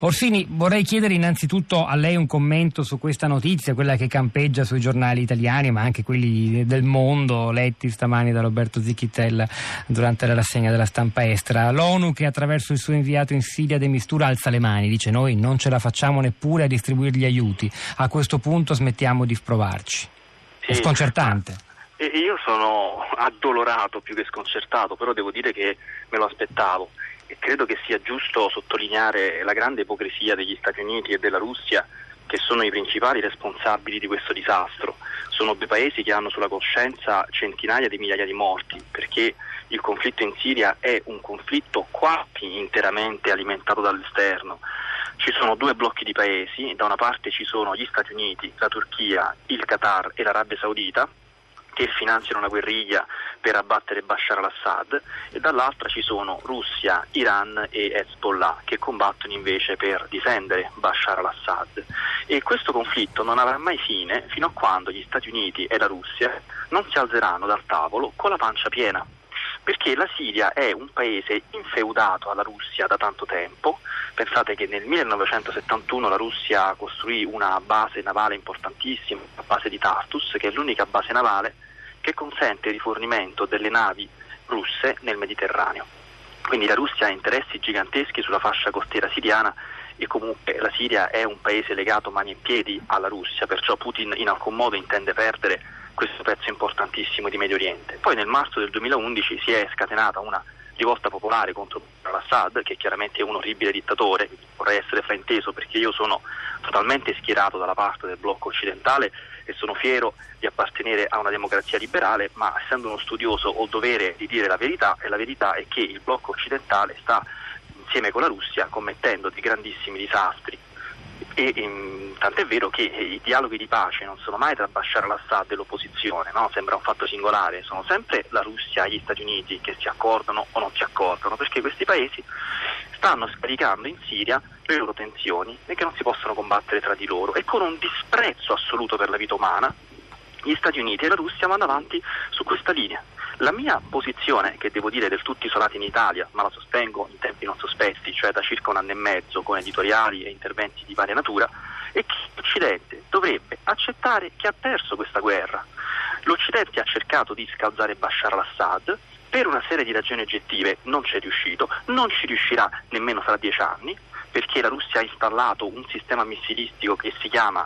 Orsini, vorrei chiedere innanzitutto a lei un commento su questa notizia, quella che campeggia sui giornali italiani ma anche quelli del mondo, letti stamani da Roberto Zicchittella durante la rassegna della stampa estera. L'ONU, che attraverso il suo inviato in Siria de Mistura alza le mani, dice: noi non ce la facciamo neppure a distribuire gli aiuti, a questo punto smettiamo di provarci. È sconcertante. Io sono addolorato più che sconcertato, però devo dire che me lo aspettavo. E credo che sia giusto sottolineare la grande ipocrisia degli Stati Uniti e della Russia, che sono i principali responsabili di questo disastro. Sono due paesi che hanno sulla coscienza centinaia di migliaia di morti, perché il conflitto in Siria è un conflitto quasi interamente alimentato dall'esterno. Ci sono due blocchi di paesi: da una parte ci sono gli Stati Uniti, la Turchia, il Qatar e l'Arabia Saudita, che finanziano una guerriglia per abbattere Bashar al-Assad, e dall'altra ci sono Russia, Iran e Hezbollah, che combattono invece per difendere Bashar al-Assad. E questo conflitto non avrà mai fine fino a quando gli Stati Uniti e la Russia non si alzeranno dal tavolo con la pancia piena, perché la Siria è un paese infeudato alla Russia da tanto tempo. Pensate che nel 1971 la Russia costruì una base navale importantissima, la base di Tartus, che è l'unica base navale che consente il rifornimento delle navi russe nel Mediterraneo. Quindi la Russia ha interessi giganteschi sulla fascia costiera siriana, e comunque la Siria è un paese legato mani e piedi alla Russia, perciò Putin in alcun modo intende perdere questo pezzo importantissimo di Medio Oriente. Poi nel marzo del 2011 si è scatenata una rivolta popolare contro al-Assad, che chiaramente è un orribile dittatore. Vorrei essere frainteso, perché io sono totalmente schierato dalla parte del blocco occidentale e sono fiero di appartenere a una democrazia liberale, ma essendo uno studioso ho il dovere di dire la verità, e la verità è che il blocco occidentale sta insieme con la Russia commettendo dei grandissimi disastri. E tant'è vero che i dialoghi di pace non sono mai tra Bashar al-Assad e l'opposizione, no? Sembra un fatto singolare, sono sempre la Russia e gli Stati Uniti che si accordano o non si accordano, perché questi paesi stanno scaricando in Siria le loro tensioni e che non si possono combattere tra di loro, e con un disprezzo assoluto per la vita umana gli Stati Uniti e la Russia vanno avanti su questa linea. La mia posizione, che devo dire del tutto isolata in Italia, ma la sostengo in tempi non sospetti, cioè da circa un anno e mezzo, con editoriali e interventi di varia natura, è che l'Occidente dovrebbe accettare che ha perso questa guerra. L'Occidente ha cercato di scalzare Bashar al-Assad, per una serie di ragioni oggettive non ci è riuscito, non ci riuscirà nemmeno fra 10 anni, perché la Russia ha installato un sistema missilistico che si chiama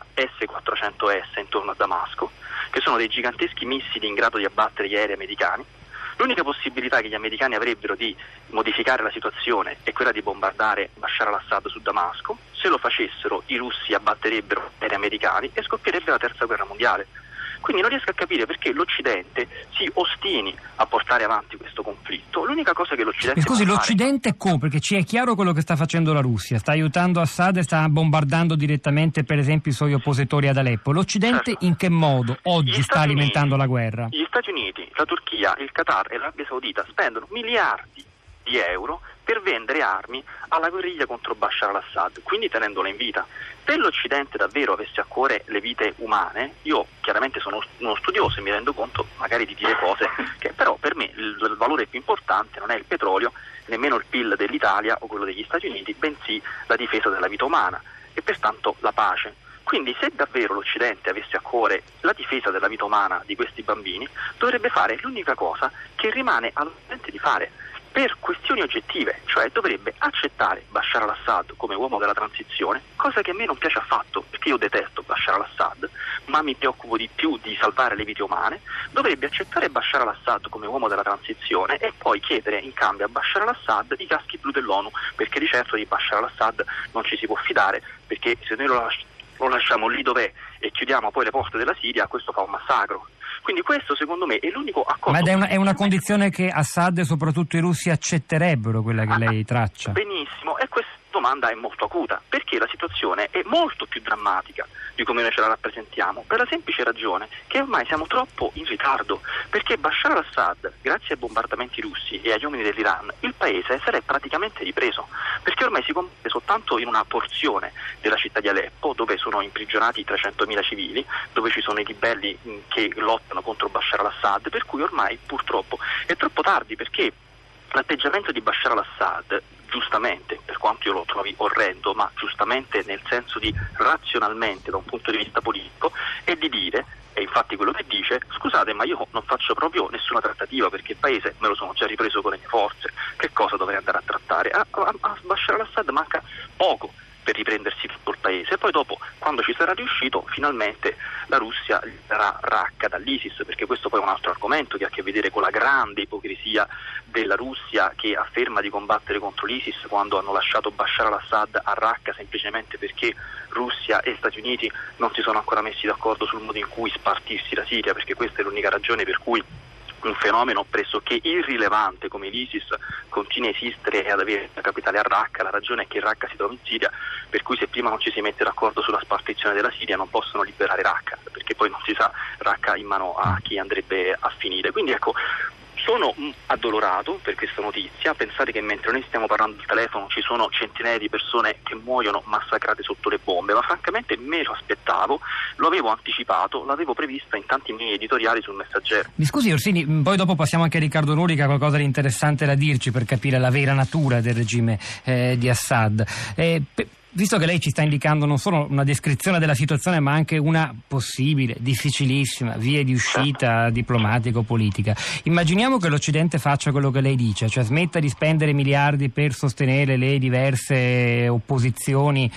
S-400S intorno a Damasco, che sono dei giganteschi missili in grado di abbattere gli aerei americani. L'unica possibilità che gli americani avrebbero di modificare la situazione è quella di bombardare Bashar al-Assad su Damasco. Se lo facessero, i russi abbatterebbero gli aerei americani e scoppierebbe la terza guerra mondiale. Quindi non riesco a capire perché l'Occidente si ostini a portare avanti questo conflitto. L'unica cosa che l'Occidente l'Occidente come? Perché ci è chiaro quello che sta facendo la Russia, sta aiutando Assad e sta bombardando direttamente per esempio i suoi oppositori ad Aleppo. L'Occidente certo. In che modo oggi sta alimentando la guerra? Gli Stati Uniti, la Turchia, il Qatar e l'Arabia Saudita spendono miliardi di euro per vendere armi alla guerriglia contro Bashar al-Assad, quindi tenendola in vita. Se l'Occidente davvero avesse a cuore le vite umane, io chiaramente sono uno studioso e mi rendo conto magari di dire cose che però per me il valore più importante non è il petrolio, nemmeno il PIL dell'Italia o quello degli Stati Uniti, bensì la difesa della vita umana e pertanto la pace. Quindi se davvero l'Occidente avesse a cuore la difesa della vita umana di questi bambini, dovrebbe fare l'unica cosa che rimane all'Occidente di fare, per questioni oggettive, cioè dovrebbe accettare Bashar al-Assad come uomo della transizione, cosa che a me non piace affatto, perché io detesto Bashar al-Assad, ma mi preoccupo di più di salvare le vite umane. Dovrebbe accettare Bashar al-Assad come uomo della transizione e poi chiedere in cambio a Bashar al-Assad i caschi blu dell'ONU, perché di certo di Bashar al-Assad non ci si può fidare, perché se noi lo lasciamo lì dov'è e chiudiamo poi le porte della Siria, questo fa un massacro. Quindi questo secondo me è l'unico accordo. Ma è una condizione che Assad e soprattutto i russi accetterebbero, quella che lei traccia. Benissimo, e questa domanda è molto acuta, perché la situazione è molto più drammatica di come noi ce la rappresentiamo, per la semplice ragione che ormai siamo troppo in ritardo, perché Bashar al-Assad, grazie ai bombardamenti russi e agli uomini dell'Iran, il paese si è praticamente ripreso, perché ormai si combatte soltanto in una porzione della città di Aleppo, dove sono imprigionati 300.000 civili, dove ci sono i ribelli che lottano contro Bashar al-Assad, per cui ormai purtroppo è troppo tardi, perché l'atteggiamento di Bashar al-Assad giustamente, per quanto io lo trovi orrendo, ma giustamente nel senso di razionalmente da un punto di vista politico, e di dire, e infatti quello che dice: scusate, ma io non faccio proprio nessuna trattativa perché il paese me lo sono già ripreso con le mie forze, che cosa dovrei andare a trattare? A Bashar al-Assad manca poco per riprendersi tutto il paese, e poi dopo, quando ci sarà riuscito, finalmente la Russia gli darà Raqqa dall'ISIS, perché questo poi è un altro argomento che ha a che vedere con la grande ipocrisia della Russia, che afferma di combattere contro l'ISIS quando hanno lasciato Bashar al-Assad a Raqqa semplicemente perché Russia e Stati Uniti non si sono ancora messi d'accordo sul modo in cui spartirsi la Siria, perché questa è l'unica ragione per cui un fenomeno pressoché irrilevante come l'ISIS continua a esistere e ad avere la capitale a Raqqa. La ragione è che Raqqa si trova in Siria, per cui se prima non ci si mette d'accordo sulla spartizione della Siria non possono liberare Raqqa, perché poi non si sa Raqqa in mano a chi andrebbe a finire. Quindi ecco, sono addolorato per questa notizia. Pensate che mentre noi stiamo parlando al telefono ci sono centinaia di persone che muoiono massacrate sotto le bombe, ma francamente me lo aspettavo, lo avevo anticipato, l'avevo prevista in tanti miei editoriali sul Messaggero. Mi scusi Orsini, poi dopo passiamo anche a Riccardo Nuri che ha qualcosa di interessante da dirci per capire la vera natura del regime di Assad. Visto che lei ci sta indicando non solo una descrizione della situazione ma anche una possibile, difficilissima via di uscita diplomatico-politica, immaginiamo che l'Occidente faccia quello che lei dice, cioè smetta di spendere miliardi per sostenere le diverse opposizioni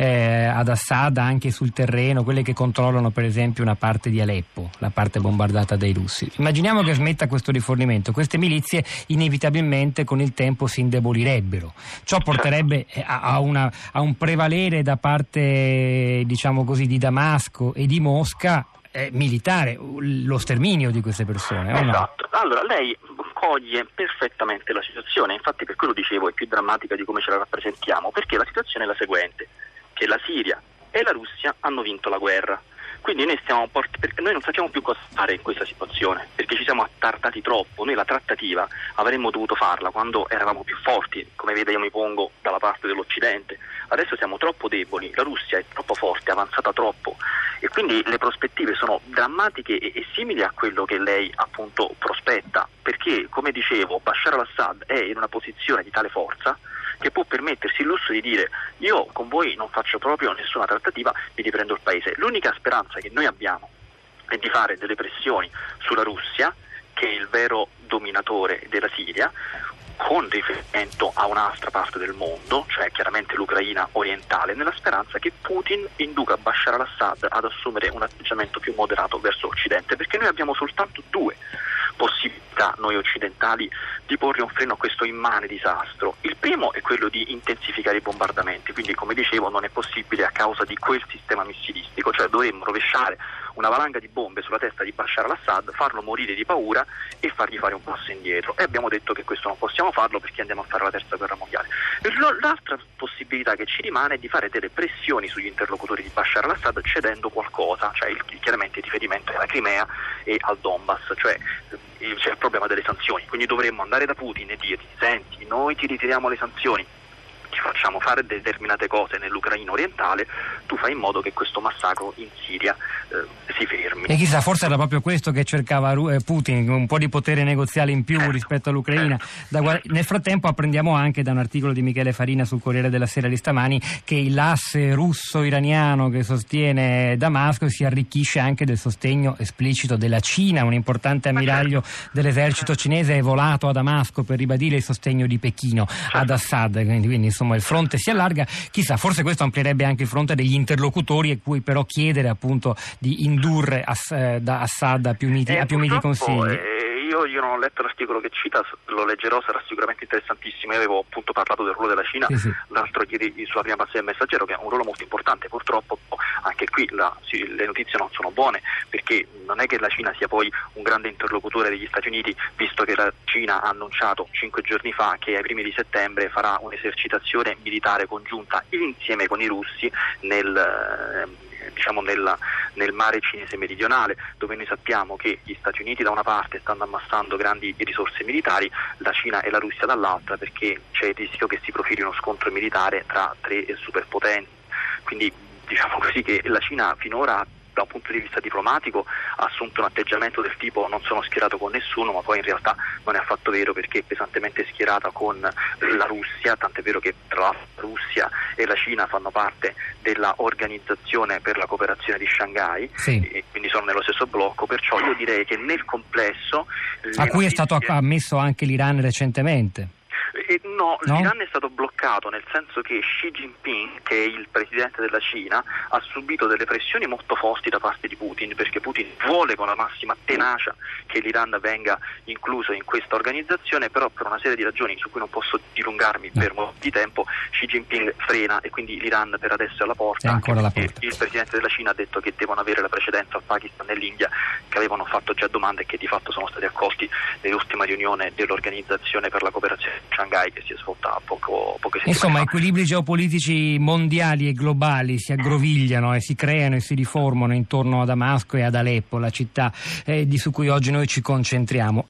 ad Assad anche sul terreno, quelle che controllano per esempio una parte di Aleppo, la parte bombardata dai russi. Immaginiamo che smetta questo rifornimento, queste milizie inevitabilmente con il tempo si indebolirebbero. Ciò porterebbe a un prevalere da parte, diciamo così, di Damasco e di Mosca militare, lo sterminio di queste persone. Esatto. No? Allora, lei coglie perfettamente la situazione, infatti per quello dicevo è più drammatica di come ce la rappresentiamo, perché la situazione è la seguente, che la Siria e la Russia hanno vinto la guerra. Quindi noi non sappiamo più cosa fare in questa situazione, perché ci siamo attardati troppo. Noi la trattativa avremmo dovuto farla quando eravamo più forti, come vede io mi pongo dalla parte dell'Occidente. Adesso siamo troppo deboli, la Russia è troppo forte, è avanzata troppo, e quindi le prospettive sono drammatiche e simili a quello che lei appunto prospetta, perché come dicevo Bashar al-Assad è in una posizione di tale forza che può permettersi il lusso di dire: io con voi non faccio proprio nessuna trattativa, mi riprendo il paese. L'unica speranza che noi abbiamo è di fare delle pressioni sulla Russia, che è il vero dominatore della Siria, con riferimento a un'altra parte del mondo, cioè chiaramente l'Ucraina orientale, nella speranza che Putin induca Bashar al-Assad ad assumere un atteggiamento più moderato verso l'Occidente, perché noi abbiamo soltanto due possibilità, noi occidentali, di porre un freno a questo immane disastro. Il primo è quello di intensificare i bombardamenti, quindi come dicevo non è possibile a causa di quel sistema missilistico, cioè dovremmo rovesciare una valanga di bombe sulla testa di Bashar al-Assad, farlo morire di paura e fargli fare un passo indietro, e abbiamo detto che questo non possiamo farlo perché andiamo a fare la terza guerra mondiale. L'altra possibilità che ci rimane è di fare delle pressioni sugli interlocutori di Bashar al-Assad cedendo qualcosa, cioè chiaramente il riferimento è alla Crimea e al Donbass, cioè c'è il problema delle sanzioni, quindi dovremmo andare da Putin e dirgli: senti, noi ti ritiriamo le sanzioni, ti facciamo fare determinate cose nell'Ucraina orientale, tu fai in modo che questo massacro in Siria si fermi. E chissà, forse era proprio questo che cercava Putin, un po' di potere negoziale in più rispetto all'Ucraina. Nel frattempo apprendiamo anche da un articolo di Michele Farina sul Corriere della Sera di stamani che l'asse russo-iraniano che sostiene Damasco si arricchisce anche del sostegno esplicito della Cina. Un importante ammiraglio dell'esercito cinese è volato a Damasco per ribadire il sostegno di Pechino ad Assad, quindi insomma il fronte si allarga. Chissà, forse questo amplierebbe anche il fronte degli interlocutori a cui però chiedere appunto di indurre da Assad a più miti consigli. Io non ho letto l'articolo che cita, lo leggerò, sarà sicuramente interessantissimo. Io avevo appunto parlato del ruolo della Cina l'altro ieri sulla prima pagina del Messaggero, che è un ruolo molto importante. Purtroppo anche qui le notizie non sono buone, perché non è che la Cina sia poi un grande interlocutore degli Stati Uniti, visto che la Cina ha annunciato 5 giorni fa che ai primi di settembre farà un'esercitazione militare congiunta insieme con i russi nel mare cinese meridionale, dove noi sappiamo che gli Stati Uniti da una parte stanno ammassando grandi risorse militari, la Cina e la Russia dall'altra, perché c'è il rischio che si profili uno scontro militare tra tre superpotenze. Quindi diciamo così che la Cina finora da un punto di vista diplomatico ha assunto un atteggiamento del tipo: non sono schierato con nessuno, ma poi in realtà non è affatto vero, perché è pesantemente schierata con la Russia, tant'è vero che tra l'altro la Russia e la Cina fanno parte della Organizzazione per la cooperazione di Shanghai, e quindi sono nello stesso blocco, perciò io direi che nel complesso... A cui è stato ammesso anche l'Iran recentemente. No, l'Iran è stato bloccato, nel senso che Xi Jinping, che è il presidente della Cina, ha subito delle pressioni molto forti da parte di Putin, perché Putin vuole con la massima tenacia che l'Iran venga incluso in questa organizzazione, però per una serie di ragioni su cui non posso dilungarmi per molto di tempo, Xi Jinping frena e quindi l'Iran per adesso è alla porta. È ancora alla porta. Il presidente della Cina ha detto che devono avere la precedenza al Pakistan e l'India, che avevano fatto già domande e che di fatto sono stati accolti nell'ultima riunione dell'Organizzazione per la cooperazione di Shanghai, che si è svolta poche settimane Insomma, fa. equilibri geopolitici mondiali e globali si aggrovigliano e si creano e si riformano intorno a Damasco e ad Aleppo, la città su cui oggi noi ci concentriamo.